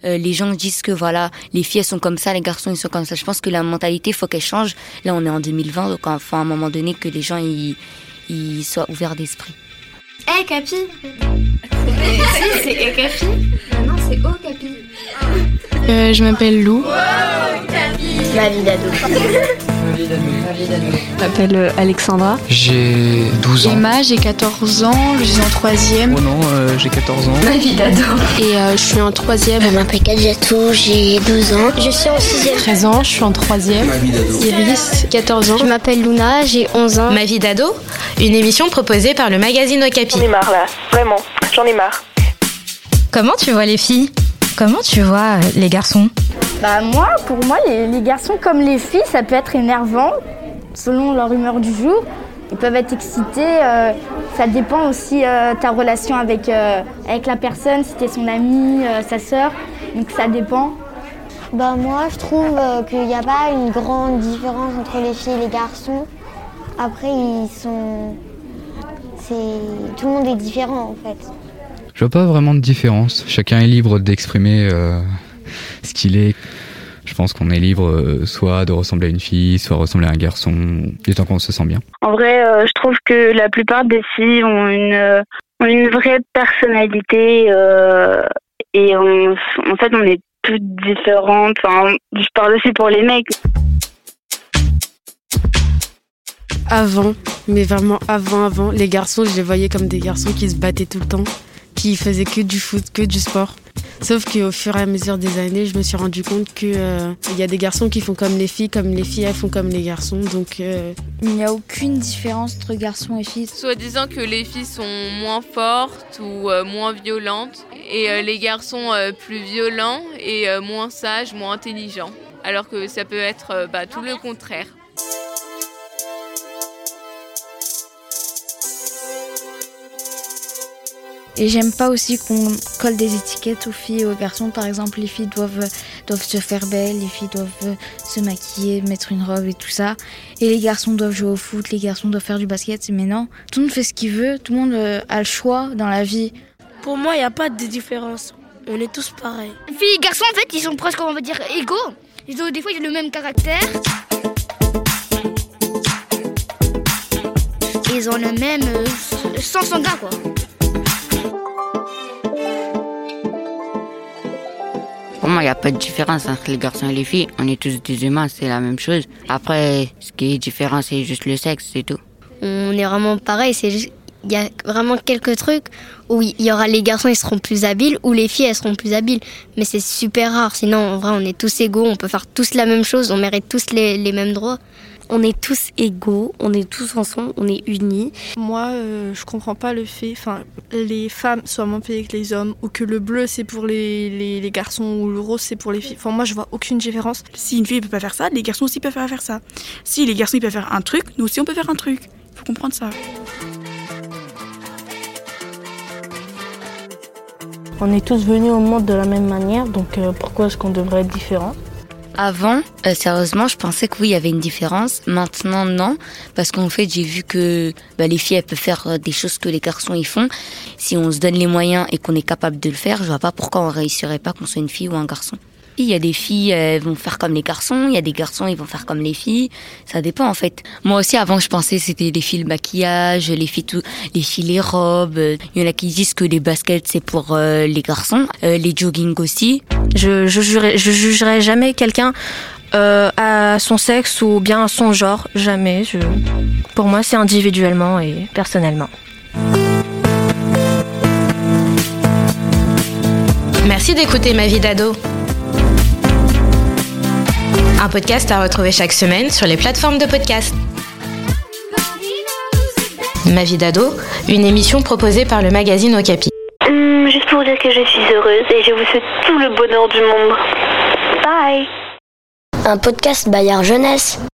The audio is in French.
les gens disent que voilà, les filles elles sont comme ça, les garçons ils sont comme ça. Je pense que la mentalité faut qu'elle change. Là on est en 2020, donc enfin à un moment donné que les gens ils soient ouverts d'esprit. Hey Capi. C'est Hey Capi. Non, c'est Oh Capi. Je m'appelle Lou. Ma vie d'ado. Je m'appelle Alexandra. J'ai 12 ans. Emma, j'ai 14 ans, je suis en 3e. Oh non, j'ai 14 ans. Ma vie d'ado. Et je suis en 3e. Je m'appelle Kadjatou, j'ai 12 ans. Je suis en 6e. 13 ans, je suis en 3e. Iris, 14 ans. Je m'appelle Luna, j'ai 11 ans. Ma vie d'ado, une émission proposée par le magazine Okapi. J'en ai marre là, vraiment, j'en ai marre. Comment tu vois les filles ? Comment tu vois les garçons ? Pour moi, les garçons comme les filles, ça peut être énervant selon leur humeur du jour. Ils peuvent être excités. Ça dépend aussi ta relation avec la personne, si t'es son ami, sa sœur. Donc ça dépend. Moi, je trouve qu'il n'y a pas une grande différence entre les filles et les garçons. Après, tout le monde est différent en fait. Je vois pas vraiment de différence. Chacun est libre d'exprimer ce qu'il est. Je pense qu'on est libre soit de ressembler à une fille, soit ressembler à un garçon, du temps qu'on se sent bien. En vrai, je trouve que la plupart des filles ont une vraie personnalité et en fait on est toutes différentes. Enfin, je parle aussi pour les mecs. Avant, mais vraiment avant, les garçons, je les voyais comme des garçons qui se battaient tout le temps, qui faisaient que du foot, que du sport. Sauf qu'au fur et à mesure des années, je me suis rendu compte qu'il y a des garçons qui font comme les filles elles font comme les garçons. Donc il n'y a aucune différence entre garçons et filles. Soit disant que les filles sont moins fortes ou moins violentes et les garçons plus violents et moins sages, moins intelligents. Alors que ça peut être tout le contraire. Et j'aime pas aussi qu'on colle des étiquettes aux filles et aux garçons. Par exemple, les filles doivent se faire belles, les filles doivent se maquiller, mettre une robe et tout ça. Et les garçons doivent jouer au foot, les garçons doivent faire du basket. Mais non, tout le monde fait ce qu'il veut, tout le monde a le choix dans la vie. Pour moi, il n'y a pas de différence. On est tous pareils. Filles et garçons, en fait, ils sont presque, on va dire, égaux. Des fois, ils ont le même caractère. Ils ont le même sang sanguin, quoi. Pour moi, il n'y a pas de différence entre les garçons et les filles. On est tous des humains, c'est la même chose. Après, ce qui est différent, c'est juste le sexe, c'est tout. On est vraiment pareil, c'est juste... Il y a vraiment quelques trucs où il y aura les garçons, ils seront plus habiles, ou les filles, elles seront plus habiles. Mais c'est super rare, sinon, en vrai, on est tous égaux, on peut faire tous la même chose, on mérite tous les mêmes droits. On est tous égaux, on est tous ensemble, on est unis. moi, je comprends pas le fait, les femmes soient moins payées que les hommes, ou que le bleu c'est pour les garçons, ou le rose c'est pour les filles. Moi, je vois aucune différence. Si une fille peut pas faire ça, les garçons aussi peuvent pas faire ça. Si les garçons ils peuvent faire un truc, nous aussi on peut faire un truc. Faut comprendre ça. On est tous venus au monde de la même manière, donc pourquoi est-ce qu'on devrait être différents ? Avant, sérieusement, je pensais que oui, il y avait une différence. Maintenant, non. Parce qu'en fait, j'ai vu que les filles, elles peuvent faire des choses que les garçons, ils font. Si on se donne les moyens et qu'on est capable de le faire, je vois pas pourquoi on réussirait pas qu'on soit une fille ou un garçon. Il y a des filles, elles vont faire comme les garçons. Il y a des garçons, ils vont faire comme les filles. Ça dépend, en fait. Moi aussi, avant, je pensais que c'était les filles le maquillage, les filles les robes. Il y en a qui disent que les baskets, c'est pour les garçons. Les jogging aussi. Je jugerai jamais quelqu'un à son sexe ou bien à son genre. Jamais. Pour moi, c'est individuellement et personnellement. Merci d'écouter Ma vie d'ado. Un podcast à retrouver chaque semaine sur les plateformes de podcast. Ma vie d'ado, une émission proposée par le magazine Okapi. Juste pour dire que je suis heureuse et je vous souhaite tout le bonheur du monde. Bye. Un podcast Bayard Jeunesse.